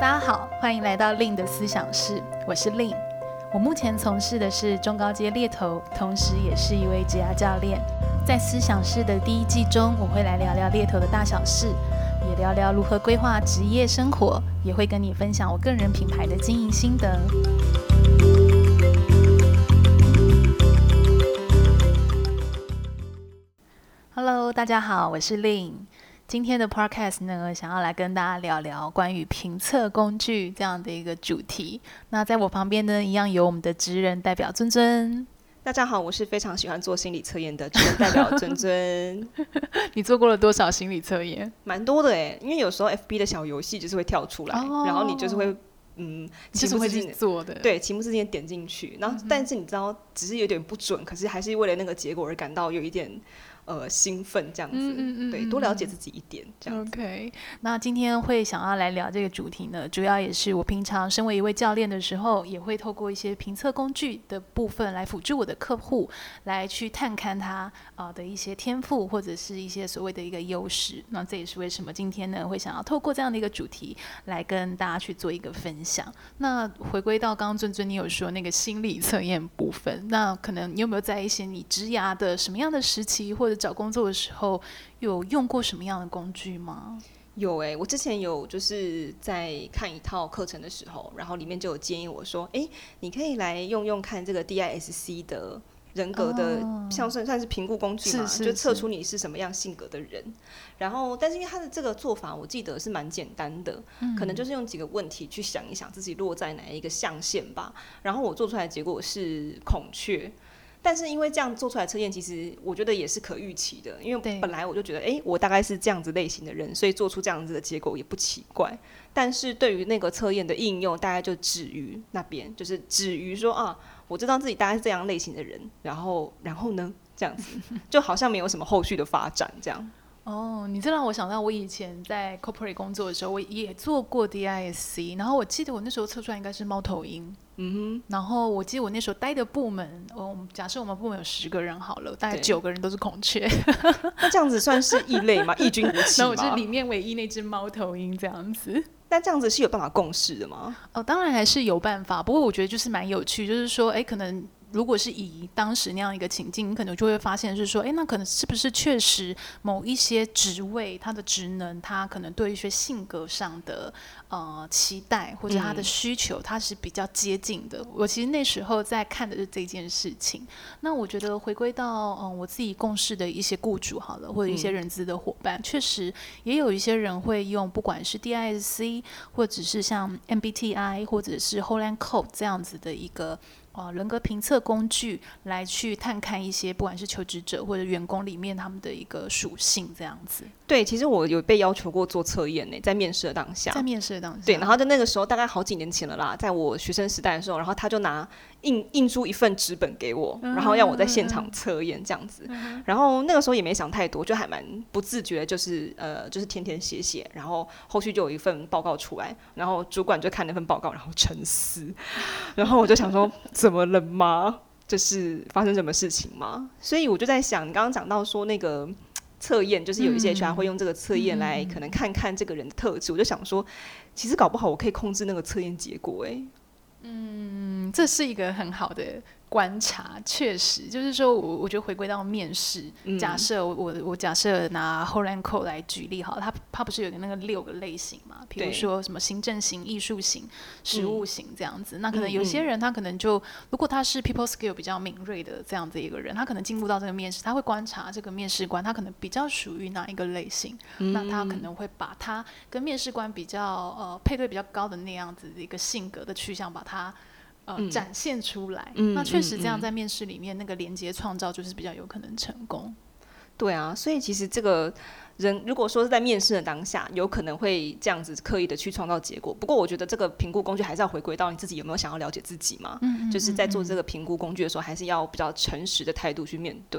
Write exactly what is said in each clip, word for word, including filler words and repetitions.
大家好，欢迎来到 Lin 的思想室，我是 Lin。我目前从事的是中高阶猎头，同时也是一位职涯教练。在思想室的第一季中，我会来聊聊猎头的大小事，也聊聊如何规划职业生活，也会跟你分享我个人品牌的经营心得。Hello， 大家好，我是 Lin。今天的 podcast 呢，想要来跟大家聊聊关于评测工具这样的一个主题。那在我旁边呢，一样有我们的职人代表尊尊。 大家好，我是非常喜欢做心理测验的职人代表尊尊。 你做过了多少心理测验？ 蛮多的耶，因为有时候 F B 的小游戏就是会跳出来，哦、然后你就是会嗯， 就是会去做的， 对，情不自禁点进去，然后、嗯、但是你知道，只是有点不准，可是还是为了那个结果而感到有一点。呃，兴奋这样子，嗯嗯嗯对，多了解自己一点这样子。 OK， 那今天会想要来聊这个主题呢，主要也是我平常身为一位教练的时候，也会透过一些评测工具的部分来辅助我的客户，来去探看他呃的一些天赋或者是一些所谓的一个优势。那这也是为什么今天呢会想要透过这样的一个主题来跟大家去做一个分享。那回归到刚刚尊尊你有说那个心理测验部分，那可能你有没有在一些你职涯的什么样的时期或者找工作的时候有用过什么样的工具吗？ 有哎、欸，我之前有就是在看一套课程的时候，然后里面就有建议我说，哎、欸，你可以来用用看这个 D I S C 的人格的，哦、像算算是评估工具嘛， 是是是就测出你是什么样性格的人。然后，但是因为他的这个做法，我记得是蛮简单的，嗯、可能就是用几个问题去想一想自己落在哪一个象限吧。然后我做出来的结果是孔雀。但是因为这样做出来的测验，其实我觉得也是可预期的，因为本来我就觉得，哎，我大概是这样子类型的人，所以做出这样子的结果也不奇怪。但是对于那个测验的应用，大概就止于那边，就是止于说啊，我知道自己大概是这样类型的人，然后然后呢，这样子就好像没有什么后续的发展这样。 哦，你这让我想到我以前在 corporate 工作的时候，我也做过 D I S C， 然后我记得我那时候测出来应该是猫头鹰。嗯哼，然后我记得我那时候待的部门，哦，假设我们部门有十个人好了，大概九个人都是孔雀。 那这样子算是异类吗？异军突起吗？ 那我是里面唯一那只猫头鹰这样子。 那这样子是有办法共识的吗？ 哦，当然还是有办法，不过我觉得就是蛮有趣，就是说，哎，可能。如果是以当时那样一个情境，你可能就会发现是说，哎，那可能是不是确实某一些职位，它的职能，它可能对一些性格上的呃期待或者它的需求，它是比较接近的。我其实那时候在看的是这件事情。那我觉得回归到嗯、呃、我自己共事的一些雇主好了，或者一些人资的伙伴，确、嗯、实也有一些人会用不管是 D I S C 或者是像 M B T I 或者是 Holland Code 这样子的一个。呃、人格评测工具来去探看一些不管是求职者或者员工里面他们的一个属性这样子。 对，其实我有被要求过做测验呢，在面试的当下。 在面试的当下。 对，然后在那个时候大概好几年前了啦，在我学生时代的时候，然后他就拿印印出一份纸本给我，然后要我在现场测验这样子。嗯、然后那个时候也没想太多，就还蛮不自觉的，就是呃，就是填填写写，然后后续就有一份报告出来，然后主管就看那份报告，然后沉思，然后我就想说。怎么了吗？就是发生什么事情吗？所以我就在想，你刚刚讲到说那个测验，就是有一些 H R 会用这个测验来可能看看这个人的特质。嗯、我就想说，其实搞不好我可以控制那个测验结果、欸。哎， 嗯，这是一个很好的。观察确实就是说我我觉得回归到面试，嗯、假设我我假设拿 Holland Code 来举例好了，它它不是有那个六个类型嘛？比如说什么行政型、艺术型、实务型这样子。嗯、那可能有些人他可能就如果他是 people skill 比较敏锐的这样子一个人，他可能进入到这个面试，他会观察这个面试官，他可能比较属于哪一个类型，嗯、那他可能会把他跟面试官比较呃配对比较高的那样子的一个性格的趋向，把他。呃嗯、展现出来，嗯、那确实这样在面试里面、嗯、那个连接创造就是比较有可能成功。 对啊，所以其实这个人如果说是在面试的当下，有可能会这样子刻意的去创造结果。不过我觉得这个评估工具还是要回归到你自己有没有想要了解自己嘛，嗯嗯嗯嗯就是在做这个评估工具的时候，还是要比较诚实的态度去面对。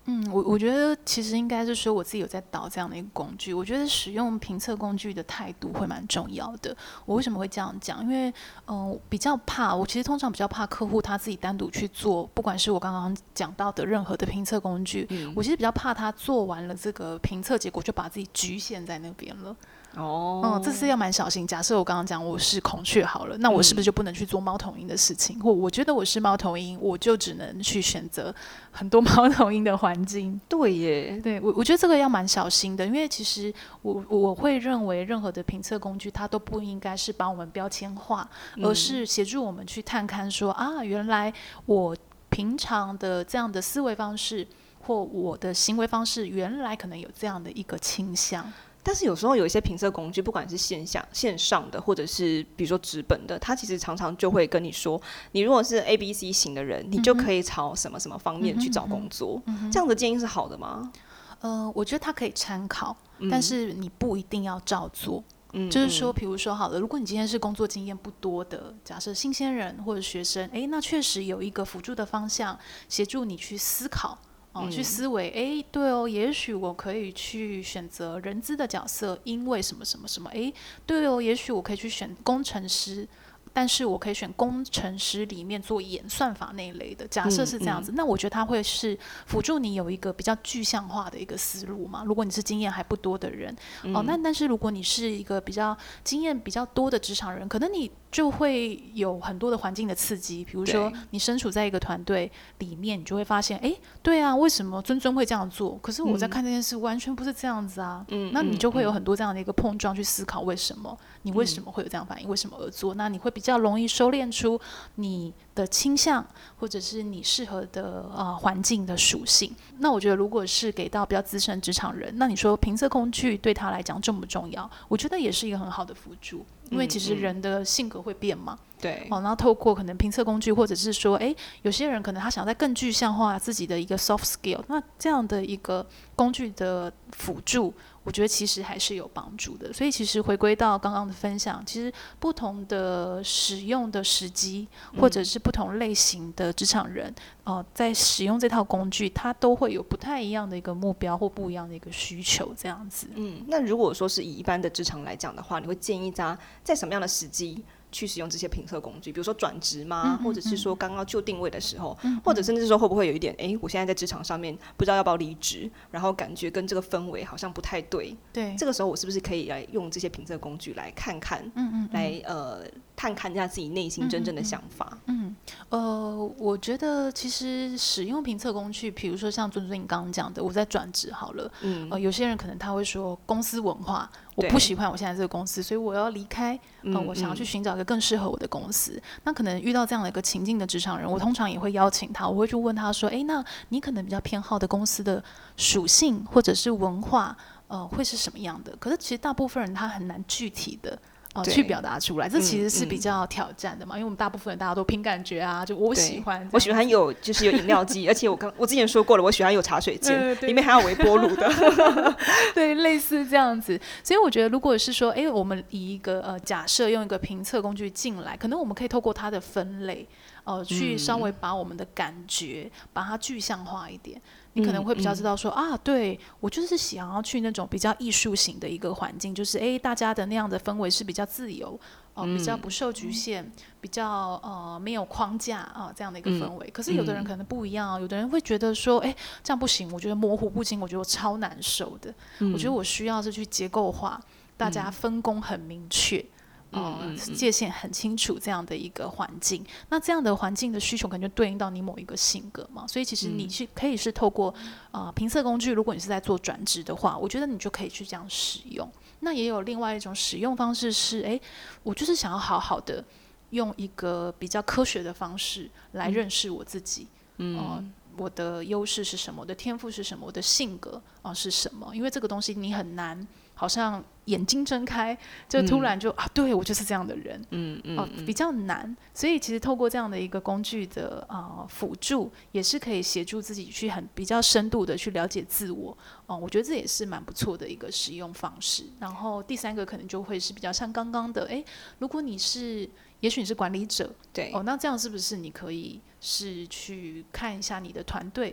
嗯，我我觉得其实应该是说我自己有在导这样的一个工具，我觉得使用评测工具的态度会蛮重要的。我为什么会这样讲？因为嗯、呃，比较怕，我其实通常比较怕客户他自己单独去做，不管是我刚刚讲到的任何的评测工具，嗯、我其实比较怕他做完了这个评测结果就把自己局限在那边了。哦，嗯，这是要蛮小心。假设我刚刚讲我是孔雀好了，那我是不是就不能去做猫头鹰的事情？嗯、或我觉得我是猫头鹰，我就只能去选择很多猫头鹰的环境？ 对耶， 对我我觉得这个要蛮小心的，因为其实我我会认为任何的评测工具它都不应该是把我们标签化，嗯、而是协助我们去探看说啊，原来我平常的这样的思维方式或我的行为方式，原来可能有这样的一个倾向。 但是有时候有一些评测工具，不管是线下、线上的，或者是比如说纸本的，它其实常常就会跟你说，你如果是 A B C 型的人，你就可以朝什么什么方面去找工作。嗯嗯、这样的建议是好的吗？ 呃，我觉得它可以参考，嗯、但是你不一定要照做。嗯、就是说，比如说好了，如果你今天是工作经验不多的，假设新鲜人或者学生，哎，那确实有一个辅助的方向，协助你去思考。哦，去思维，哎，对哦，也许我可以去选择人资的角色，因为什么什么什么，哎，对哦，也许我可以去选工程师，但是我可以选工程师里面做演算法那一类的，假设是这样子，嗯嗯、那我觉得它会是辅助你有一个比较具象化的一个思路嘛。如果你是经验还不多的人，嗯、哦，那但是如果你是一个比较经验比较多的职场人，可能你就会有很多的环境的刺激，比如说你身处在一个团队里面，你就会发现，哎，对啊，为什么尊尊会这样做？可是我在看这件事完全不是这样子啊。嗯、那你就会有很多这样的一个碰撞，去思考为什么你为什么会有这样反应，为什么而做？那你会比较容易收敛出你的倾向，或者是你适合的呃环境的属性。那我觉得，如果是给到比较资深职场人，那你说评测工具对他来讲重不重要？我觉得也是一个很好的辅助。因为其实人的性格会变嘛， 对、 嗯，哦，然后透过可能评测工具，或者是说，哎，有些人可能他想再更具象化自己的一个 soft skill， 那这样的一个工具的辅助，我觉得其实还是有帮助的。所以其实回归到刚刚的分享，其实不同的使用的时机，或者是不同类型的职场人，嗯、呃，在使用这套工具，它都会有不太一样的一个目标或不一样的一个需求，这样子。 嗯，那如果说是以一般的职场来讲的话，你会建议他在什么样的时机去使用这些评测工具？比如说转职吗？嗯嗯嗯，或者是说刚刚就定位的时候，嗯嗯，或者甚至说会不会有一点，哎，我现在在职场上面不知道要不要离职，然后感觉跟这个氛围好像不太对。 对， 这个时候我是不是可以来用这些评测工具来看看，嗯嗯嗯，来呃探看一下自己内心真正的想法？嗯， 嗯呃，我觉得其实使用评测工具，比如说像尊尊你刚刚讲的，我在转职好了，嗯，呃，有些人可能他会说公司文化。我不喜欢我现在这个公司，所以我要离开、呃、我想要去寻找一个更适合我的公司、嗯、那可能遇到这样的一个情境的职场人，我通常也会邀请他，我会去问他说，哎，那你可能比较偏好的公司的属性或者是文化呃，会是什么样的？可是其实大部分人他很难具体的哦，去表达出来，这其实是比较挑战的嘛，嗯嗯、因为我们大部分人大家都凭感觉啊，就我喜欢， 我喜欢有就是有饮料机，而且我刚我之前说过了，我喜欢有茶水间，呃、里面还有微波炉的， 对，类似这样子。所以我觉得，如果是说，哎，我们以一个呃假设用一个评测工具进来，可能我们可以透过它的分类，呃，去稍微把我们的感觉、嗯、把它具象化一点。你可能会比较知道说、嗯嗯、啊，对，我就是想要去那种比较艺术型的一个环境，就是哎，大家的那样的氛围是比较自由，呃、嗯，比较不受局限，嗯、比较呃没有框架啊、呃、这样的一个氛围。嗯、可是有的人可能不一样、哦，有的人会觉得说，哎，这样不行，我觉得模糊不清，我觉得我超难受的。嗯、我觉得我需要是去结构化，大家分工很明确。呃、嗯，界限很清楚，这样的一个环境，那这样的环境的需求可能就对应到你某一个性格嘛，所以其实你是可以是透过呃评测工具，如果你是在做转职的话，我觉得你就可以去这样使用。那也有另外一种使用方式是，哎，我就是想要好好的用一个比较科学的方式来认识我自己，嗯。呃我的优势是什么？我的天赋是什么？我的性格啊、呃、是什么？因为这个东西你很难，好像眼睛睁开就突然就、嗯、啊，对我就是这样的人，嗯嗯、呃，比较难。所以其实透过这样的一个工具的呃辅助，也是可以协助自己去很比较深度的去了解自我。哦、呃，我觉得这也是蛮不错的一个使用方式。然后第三个可能就会是比较像刚刚的，哎，如果你是。也许你是管理者， 对， 哦，那这样是不是你可以是去看一下你的团队，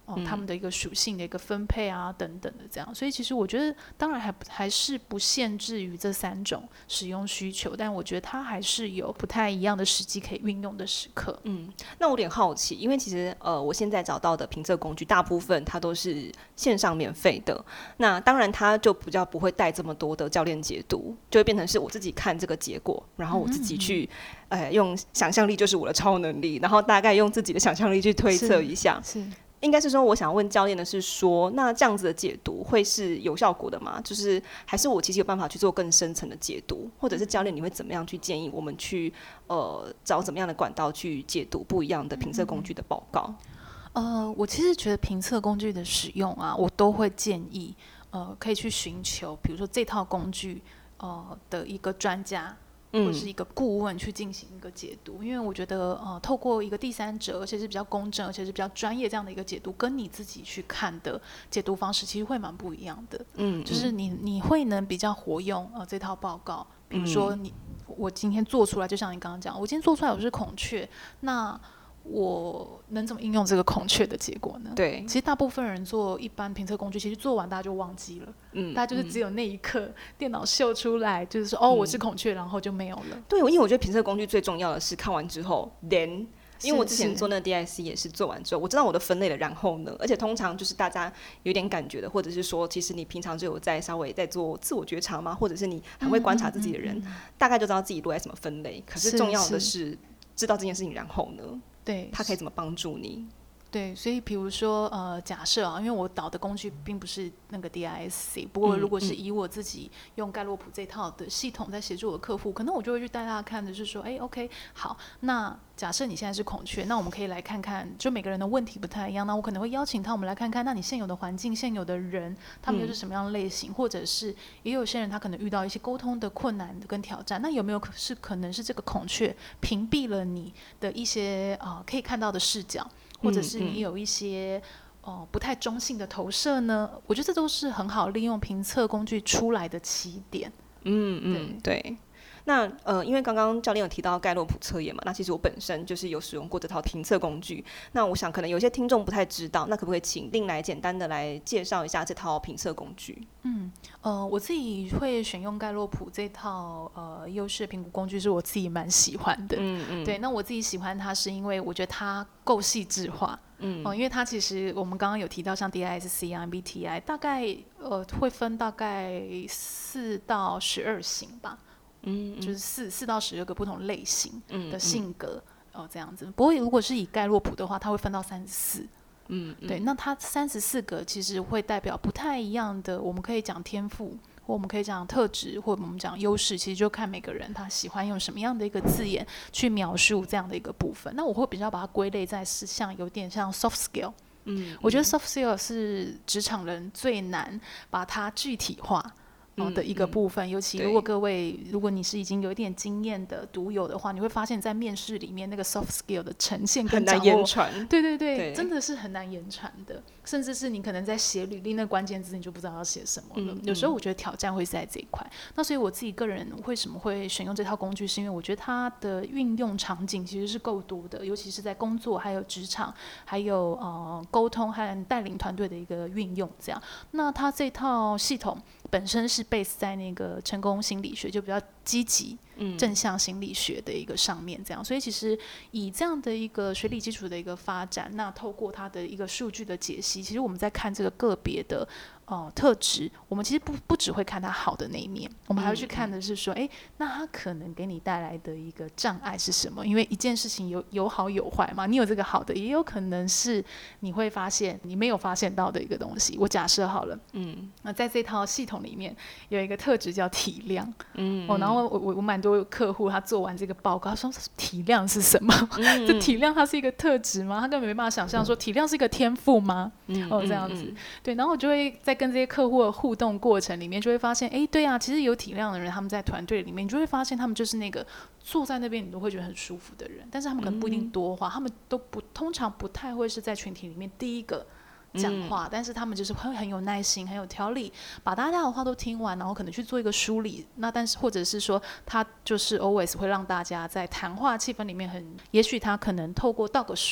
哦、他们的一个属性的一个分配啊等等的这样，所以其实我觉得当然还还是不限制于这三种使用需求，但我觉得它还是有不太一样的实际可以运用的时刻。 嗯，那我有点好奇，因为其实呃，我现在找到的评测工具大部分它都是线上免费的，那当然它就比较不会带这么多的教练解读，就会变成是我自己看这个结果，然后我自己去、嗯、呃用想象力就是我的超能力，然后大概用自己的想象力去推测一下。 是。是应该是说，我想问教练的是说，那这样子的解读会是有效果的吗？就是还是我其实有办法去做更深层的解读，或者是教练你会怎么样去建议我们去呃找怎么样的管道去解读不一样的评测工具的报告？ 呃，我其实觉得评测工具的使用啊，我都会建议呃可以去寻求，比如说这套工具呃的一个专家。或是一个顾问去进行一个解读，因为我觉得呃，透过一个第三者，而且是比较公正，而且是比较专业这样的一个解读，跟你自己去看的解读方式，其实会蛮不一样的。嗯，就是你你会能比较活用呃这套报告，比如说你、嗯、我今天做出来，就像你刚刚讲，我今天做出来我是孔雀，那我能怎么应用这个孔雀的结果呢？ 对， 其实大部分人做一般评测工具，其实做完大家就忘记了，嗯，大家就是只有那一刻、嗯、电脑秀出来，就是说哦我是孔雀、嗯，然后就没有了。 对，因为我觉得评测工具最重要的是看完之后 then。因为我之前做那个 D I C 也是做完之后，我知道我的分类了，然后呢，而且通常就是大家有点感觉的，或者是说，其实你平常就有在稍微在做自我觉察嘛，或者是你很会观察自己的人，嗯嗯嗯嗯大概就知道自己落在什么分类。可是重要的是知道这件事情，然后呢？ 对， 它可以怎么帮助你？ 对，所以比如说呃，假设啊，因为我导的工具并不是那个 D I S C， 不过如果是以我自己用盖洛普这套的系统在协助我的客户，可能我就会去带大家看的是说，哎 ，OK， 好，那假设你现在是孔雀，那我们可以来看看，就每个人的问题不太一样，那我可能会邀请他，我们来看看，那你现有的环境、现有的人，他们又是什么样的类型，嗯、或者是也有些人他可能遇到一些沟通的困难跟挑战，那有没有是可能是这个孔雀屏蔽了你的一些呃可以看到的视角？或者是你有一些、嗯嗯呃、不太中性的投射呢？我觉得这都是很好利用评测工具出来的起点。 嗯嗯，对。对那呃，因为刚刚教练有提到盖洛普测验嘛，那其实我本身就是有使用过这套评测工具。那我想可能有些听众不太知道，那可不可以请令来简单的来介绍一下这套评测工具？ 嗯，呃，我自己会选用盖洛普这套呃优势评估工具，是我自己蛮喜欢的。嗯嗯，对，那我自己喜欢它是因为我觉得它够细致化。嗯、呃，因为它其实我们刚刚有提到像 D I S C 啊 M B T I 大概呃会分大概四到十二型吧。嗯，就是四四到十二个不同类型的性格、嗯嗯、哦，这样子。不过如果是以盖洛普的话，它会分到三十四。嗯，对，那它三十四个其实会代表不太一样的，我们可以讲天赋，或我们可以讲特质，或我们讲优势，其实就看每个人他喜欢用什么样的一个字眼去描述这样的一个部分。那我会比较把它归类在是像有点像 soft skill。嗯，我觉得 soft skill 是职场人最难把它具体化。哦、的一个部分、嗯嗯、尤其如果各位如果你是已经有一点经验的读友的话，你会发现在面试里面那个 soft skill 的呈现跟掌握很难言传， 对对 对, 对真的是很难言传的，甚至是你可能在写履历那关键字你就不知道要写什么了、嗯、有时候我觉得挑战会是在这一块。那所以我自己个人为什么会选用这套工具，是因为我觉得它的运用场景其实是够多的，尤其是在工作还有职场还有呃沟通和带领团队的一个运用这样。那它这套系统本身是 base 在那个成功心理学，就比较积极正向心理学的一个上面这样、嗯、所以其实以这样的一个学理基础的一个发展，那透过它的一个数据的解析，其实我们在看这个个别的呃特质，我们其实不不只会看它好的那一面，我们还会去看的是说，哎、嗯，那它可能给你带来的一个障碍是什么？因为一件事情有有好有坏嘛，你有这个好的，也有可能是你会发现你没有发现到的一个东西。我假设好了，嗯，那在这套系统里面有一个特质叫体谅，嗯，哦，然后我我我蛮多客户他做完这个报告，他说体谅是什么？嗯、这体谅它是一个特质吗？他根本没办法想象说体谅是一个天赋吗？嗯、哦，这样子，嗯、对，然后我就会在跟这些客户的互动过程里面，就会发现，哎，对啊，其实有体谅的人，他们在团队里面，你就会发现他们就是那个坐在那边你都会觉得很舒服的人，但是他们可能不一定多话，嗯、他们都不通常不太会是在群体里面第一个讲话、嗯、但是他们就是会很有耐心很有条理，把大家的话都听完，然后可能去做一个梳理。那但是或者是说他就是 always 会让大家在谈话气氛里面很，也许他可能透过倒个水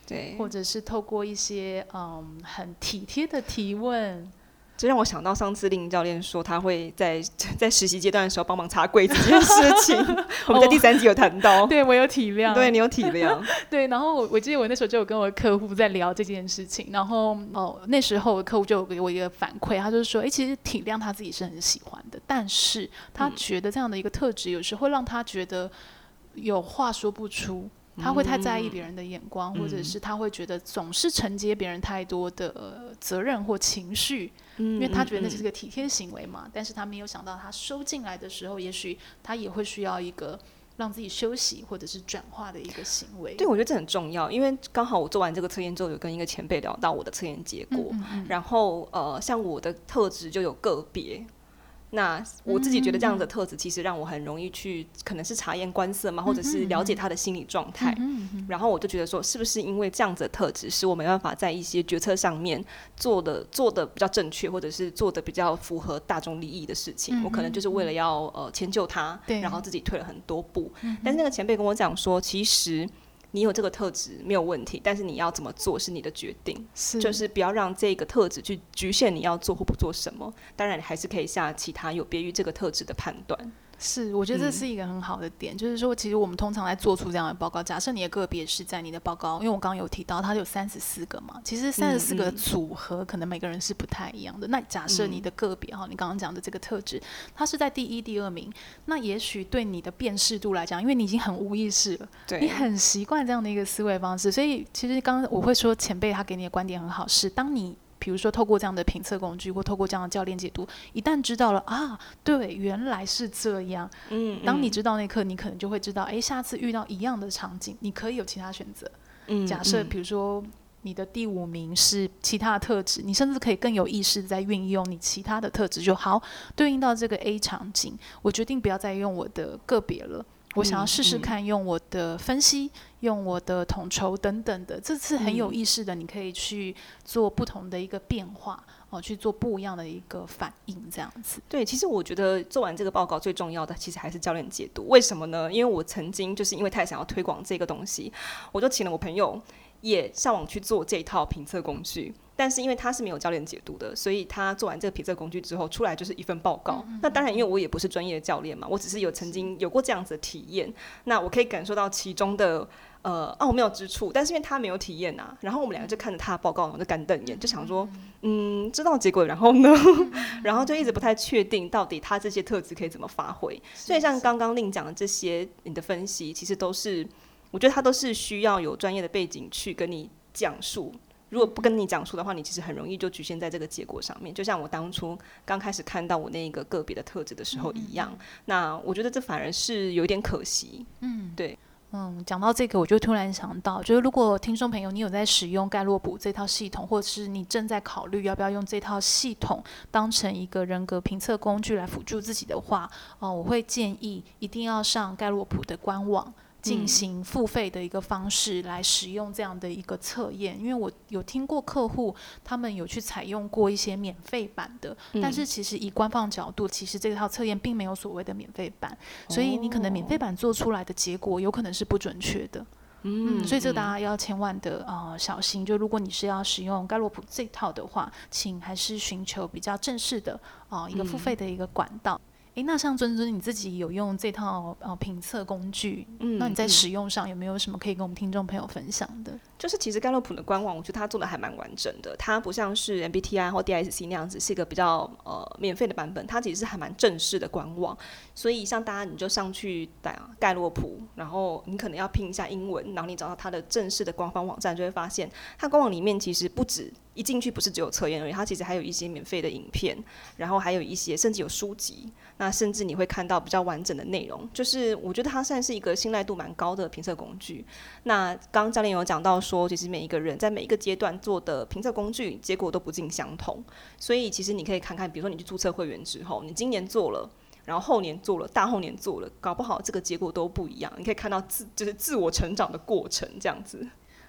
对， 或者是透过一些嗯很体贴的提问。 这让我想到上次令教练说他会在在实习阶段的时候帮忙擦柜子这件事情，我们在第三集有谈到。 哦、对我有体谅， 对你有体谅。 对，然后我记得我那时候就有跟我的客户在聊这件事情，然后哦那时候我的客户就有给我一个反馈，他就说，哎，其实体谅他自己是很喜欢的，但是他觉得这样的一个特质有时会让他觉得有话说不出。他会太在意别人的眼光、嗯、或者是他会觉得总是承接别人太多的责任或情绪、嗯、因为他觉得那是个体贴行为嘛、嗯、但是他没有想到他收进来的时候也许他也会需要一个让自己休息或者是转化的一个行为。 对，我觉得这很重要，因为刚好我做完这个测验之后有跟一个前辈聊到我的测验结果、嗯嗯嗯、然后呃，像我的特质就有个别，那我自己觉得这样的特质其实让我很容易去可能是察言观色嘛，或者是了解他的心理状态、嗯嗯、然后我就觉得说是不是因为这样子的特质使我没办法在一些决策上面做的做的比较正确，或者是做的比较符合大众利益的事情、嗯、我可能就是为了要呃迁就他，然后自己退了很多步、嗯、但是那个前辈跟我讲说其实你有这个特质没有问题，但是你要怎么做是你的决定，是就是不要让这个特质去局限你要做或不做什么，当然你还是可以下其他有别于这个特质的判断。 是，我觉得这是一个很好的点、嗯、就是说其实我们通常来做出这样的报告，假设你的个别是在你的报告，因为我刚刚有提到它有三十四个嘛，其实三十四个组合可能每个人是不太一样的、嗯、那假设你的个别、嗯、你刚刚讲的这个特质它是在第一第二名，那也许对你的辨识度来讲，因为你已经很无意识了，你很习惯这样的一个思维方式，所以其实刚刚我会说前辈他给你的观点很好，是当你比如说透过这样的评测工具或透过这样的教练解读，一旦知道了啊对原来是这样、嗯嗯、当你知道那一刻你可能就会知道，哎，下次遇到一样的场景你可以有其他选择、嗯、假设比如说你的第五名是其他的特质，你甚至可以更有意识在运用你其他的特质，就好对应到这个 A 场景，我决定不要再用我的个别了，我想要试试看用我的分析、嗯、用我的统筹等等的，这次很有意识的你可以去做不同的一个变化、哦、去做不一样的一个反应这样子。 对，其实我觉得做完这个报告最重要的其实还是教练解读。为什么呢？因为我曾经就是因为太想要推广这个东西，我就请了我朋友也上网去做这一套评测工具，但是因为他是没有教练解读的，所以他做完这个评测工具之后出来就是一份报告、嗯嗯嗯、那当然因为我也不是专业的教练嘛，我只是有曾经有过这样子的体验，那我可以感受到其中的呃奥妙之处，但是因为他没有体验啊，然后我们两个就看着他的报告，然后就干瞪眼，就想说嗯知道结果然后呢然后就一直不太确定到底他这些特质可以怎么发挥，所以像刚刚令讲的这些你的分析其实都是我觉得他都是需要有专业的背景去跟你讲述，如果不跟你讲述的话，你其实很容易就局限在这个结果上面，就像我当初刚开始看到我那个个别的特质的时候一样、嗯、那我觉得这反而是有点可惜。嗯，对。 嗯，讲到这个我就突然想到，就是如果听众朋友你有在使用盖洛普这套系统，或者是你正在考虑要不要用这套系统当成一个人格评测工具来辅助自己的话、呃、我会建议一定要上盖洛普的官网进行付费的一个方式来使用这样的一个测验，因为我有听过客户他们有去采用过一些免费版的、嗯、但是其实以官方角度其实这套测验并没有所谓的免费版、哦、所以你可能免费版做出来的结果有可能是不准确的。嗯, 嗯，所以这大家要千万的呃小心，就如果你是要使用盖洛普这套的话，请还是寻求比较正式的呃一个付费的一个管道。诶，那像尊尊你自己有用这套呃评测工具、嗯、那你在使用上有没有什么可以跟我们听众朋友分享的？ 就是其实盖洛普的官网我觉得它做的还蛮完整的，它不像是 M B T I 或 D I S C 那样子是一个比较呃免费的版本，它其实是还蛮正式的官网，所以像大家你就上去打盖洛普，然后你可能要拼一下英文，然后你找到它的正式的官方网站，就会发现它官网里面其实不止一进去不是只有测验而已，它其实还有一些免费的影片，然后还有一些甚至有书籍，那甚至你会看到比较完整的内容，就是我觉得它算是一个信赖度蛮高的评测工具。那刚刚教练有讲到说其实每一个人在每一个阶段做的评测工具结果都不尽相同，所以其实你可以看看比如说你去注册会员之后，你今年做了然后后年做了大后年做了，搞不好这个结果都不一样，你可以看到自就是自我成长的过程这样子。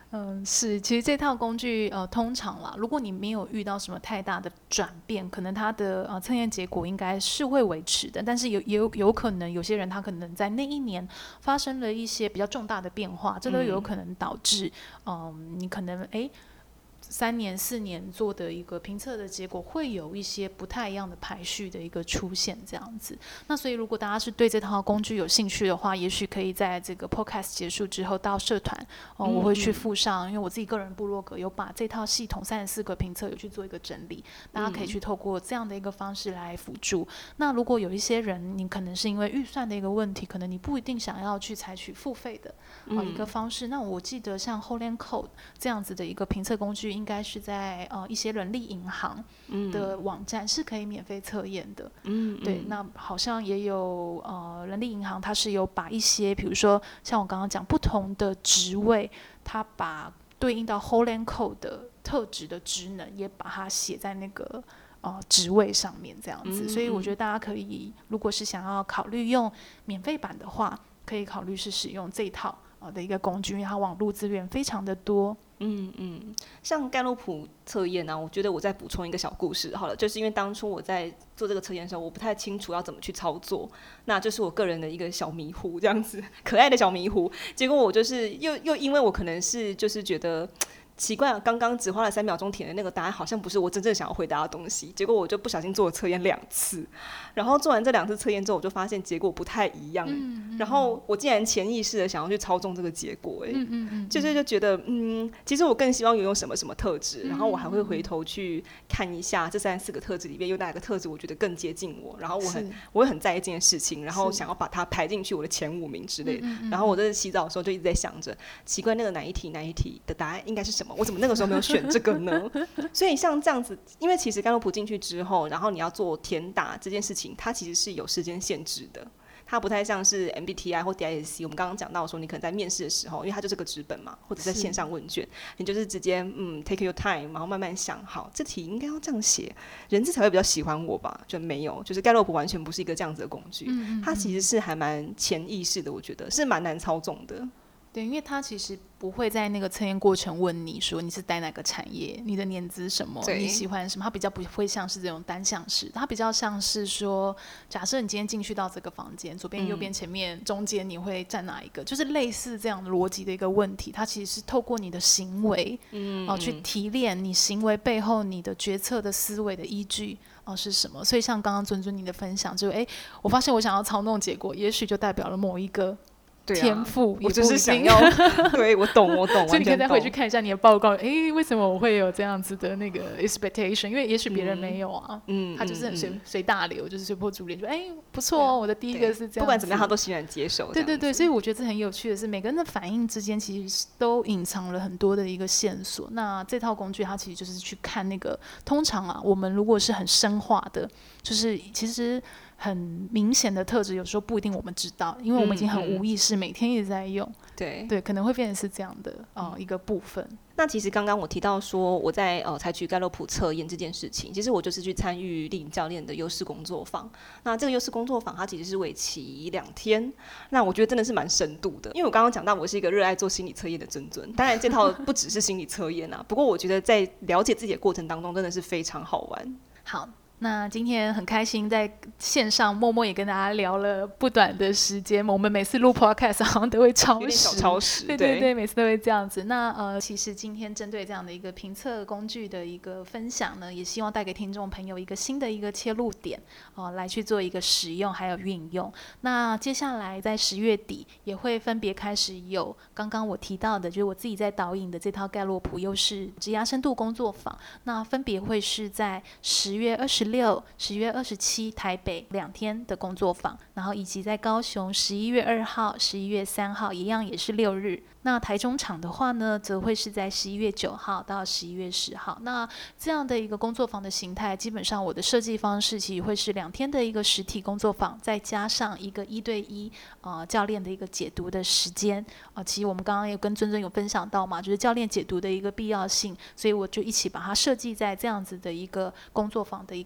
嗯，是，其实这套工具，呃，通常啦，如果你没有遇到什么太大的转变，可能它的呃测验结果应该是会维持的。但是有也有有可能有些人他可能在那一年发生了一些比较重大的变化，这都有可能导致，嗯、呃，你可能哎。三年四年做的一个评测的结果会有一些不太一样的排序的一个出现这样子。那所以如果大家是对这套工具有兴趣的话，也许可以在这个 podcast 结束之后到社团、哦、我会去附上，因为我自己个人部落格有把这套系统三十四个评测有去做一个整理，大家可以去透过这样的一个方式来辅助。那如果有一些人你可能是因为预算的一个问题，可能你不一定想要去采取付费的、哦、一个方式，那我记得像 Holan Code 这样子的一个评测工具应该是在呃一些人力银行的网站是可以免费测验的。嗯，对，那好像也有呃人力银行，它是有把一些比如说像我刚刚讲不同的职位，它把对应到 Holan Code 的特质的职能也把它写在那个呃职位上面这样子。所以我觉得大家可以，如果是想要考虑用免费版的话，可以考虑是使用这一套的一个工具，因为它网络资源非常的多。 嗯嗯，像盖洛普测验啊，我觉得我再补充一个小故事好了，就是因为当初我在做这个测验的时候，我不太清楚要怎么去操作，那就是我个人的一个小迷糊，这样子可爱的小迷糊。结果我就是又又因为我可能是就是觉得。奇怪，刚刚只花了三秒钟填的那个答案好像不是我真正想要回答的东西，结果我就不小心做了测验两次，然后做完这两次测验之后，我就发现结果不太一样，嗯嗯、然后我竟然潜意识的想要去操纵这个结果、欸，嗯嗯嗯、就是就觉得，嗯，其实我更希望拥有什么什么特质，然后我还会回头去看一下这三四个特质里面有哪个特质我觉得更接近我，然后我很我会很在意这件事情，然后想要把它排进去我的前五名之类的，嗯嗯嗯、然后我在洗澡的时候就一直在想着，奇怪那个哪一题哪一题的答案应该是什么。我怎么那个时候没有选这个呢？所以像这样子，因为其实盖洛普进去之后，然后你要做填答这件事情，它其实是有时间限制的。它不太像是 M B T I 或 D I S C， 我们刚刚讲到说，你可能在面试的时候，因为它就是个纸本嘛，或者在线上问卷，你就是直接嗯 take your time， 然后慢慢想，好，这题应该要这样写，人资才会比较喜欢我吧？就没有，就是盖洛普完全不是一个这样子的工具，嗯嗯嗯，它其实是还蛮潜意识的，我觉得是蛮难操纵的。 对，因为他其实不会在那个测验过程问你说你是待哪个产业，你的年资什么，你喜欢什么，他比较不会像是这种单项式，他比较像是说，假设你今天进去到这个房间，左边、右边、前面、嗯、中间，你会站哪一个，就是类似这样的逻辑的一个问题，它其实是透过你的行为，嗯、呃，去提炼你行为背后你的决策的思维的依据。哦，是什么？所以像刚刚尊尊你的分享，就哎，我发现我想要操弄结果，也许就代表了某一个天赋、啊， 我就是想要，对，我懂，我懂， 所以你可以再回去看一下你的报告，哎，为什么我会有这样子的那个 expectation？ 因为也许别人没有啊，嗯，他就是很随随大流，就是随波逐流，说哎不错哦，我的第一个是这样， 不管怎么样他都欣然接受。 对对对，所以我觉得这很有趣的是，每个人的反应之间其实都隐藏了很多的一个线索。那这套工具它其实就是去看那个，通常啊，我们如果是很深化的，就是其实。很明显的特质，有时候不一定我们知道，因为我们已经很无意识，嗯嗯、每天一直在用。 对对，可能会变成是这样的、呃、一个部分。 那其实刚刚我提到说我在呃采取盖洛普测验这件事情，其实我就是去参与丽颖教练的优势工作坊。那这个优势工作坊它其实是为期两天，那我觉得真的是蛮深度的。因为我刚刚讲到我是一个热爱做心理测验的尊尊，当然这套不只是心理测验啊，不过我觉得在了解自己的过程当中真的是非常好玩。 好。那今天很开心在线上默默也跟大家聊了不短的时间，我们每次录 podcast 好像都会超时，有点小超时， 对对对，每次都会这样子。那呃，其实今天针对这样的一个评测工具的一个分享呢，也希望带给听众朋友一个新的一个切入点哦、呃，来去做一个使用还有运用。那接下来在十月底也会分别开始有刚刚我提到的，就是我自己在导引的这套盖洛普优势职涯深度工作坊，那分别会是在十月二十六、十月二十七台北两天的工作坊，然后以及在高雄十一月二号、十一月三号一样也是六日。那台中场的话呢，则会是在十一月九号到十一月十号。那这样的一个工作坊的形态，基本上我的设计方式其实会是两天的一个实体工作坊，再加上一个一对一呃教练的一个解读的时间。呃，其实我们刚刚有跟尊尊有分享到嘛，就是教练解读的一个必要性，所以我就一起把它设计在这样子的一个工作坊的一个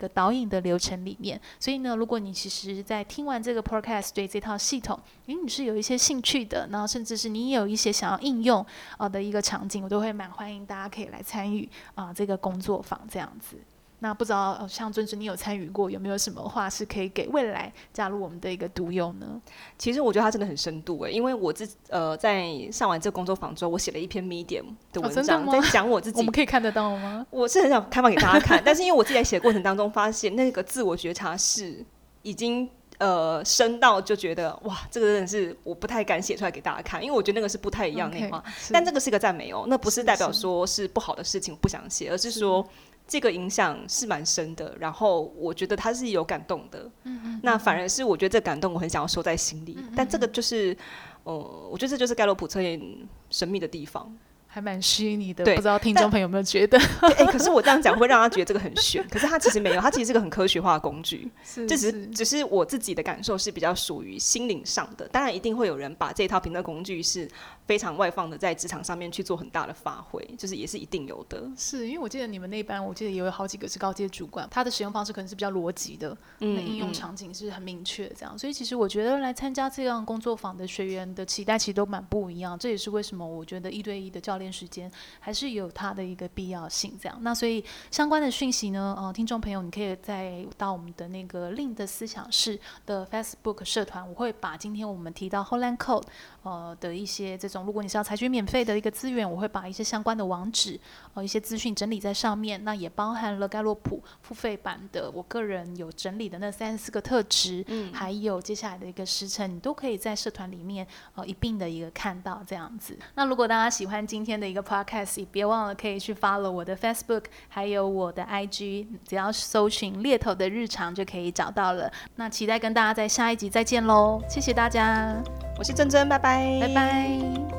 个导引的流程里面。所以呢，如果你其实在听完这个 podcast 对这套系统，因为你是有一些兴趣的，然后甚至是你也有一些想要应用、呃、的一个场景，我都会蛮欢迎大家可以来参与、呃、这个工作坊这样子。那不知道、呃、像尊尊你有参与过，有没有什么话是可以给未来加入我们的一个读友呢？ 其实我觉得他真的很深度诶，因为我自呃在上完这个工作坊之后，我写了一篇 Medium 的文章， 哦、 在讲我自己。 我们可以看得到吗？ 我是很想开放给大家看，但是因为我自己在写的过程当中发现，那个自我觉察是已经呃深到就觉得哇，这个真的是我不太敢写出来给大家看，因为我觉得那个是不太一样的内容。 Okay, 但这个是一个赞美哦，那不是代表说是不好的事情我不想写，而是说。是这个影响是蛮深的，然后我觉得他是有感动的，嗯嗯，那反而是我觉得这个感动我很想要收在心里，嗯嗯，但这个就是，呃，我觉得这就是盖洛普测验神秘的地方。 还蛮虚拟的，不知道听众朋友有没有觉得？ 哎、欸，可是我这样讲会让他觉得这个很玄，可是他其实没有，他其实是个很科学化的工具。是，这只是只是我自己的感受是比较属于心灵上的。当然，一定会有人把这一套评测工具是非常外放的，在职场上面去做很大的发挥，就是也是一定有的。 是因为我记得你们那班，我记得也有好几个是高阶主管，他的使用方式可能是比较逻辑的，嗯，那应用场景是很明确这样。所以其实我觉得来参加这样工作坊的学员的期待其实都蛮不一样，这也是为什么我觉得一对一的教练时间。还是有它的一个必要性，这样。那所以相关的讯息呢，呃，听众朋友，你可以再到我们的那个 Lin 的思想室的 Facebook 社团，我会把今天我们提到 Holland Code 呃的一些这种，如果你是要采取免费的一个资源，我会把一些相关的网址，呃，一些资讯整理在上面。那也包含了盖洛普付费版的，我个人有整理的那三十四个特质，嗯，还有接下来的一个时程，你都可以在社团里面呃一并的一个看到这样子。那如果大家喜欢今天的一个 Podcast，别忘了可以去 follow 我的 Facebook 还有我的 I G， 只要搜寻猎头的日常就可以找到了。那期待跟大家在下一集再见咯，谢谢大家， 我是珍珍，拜拜， 拜拜。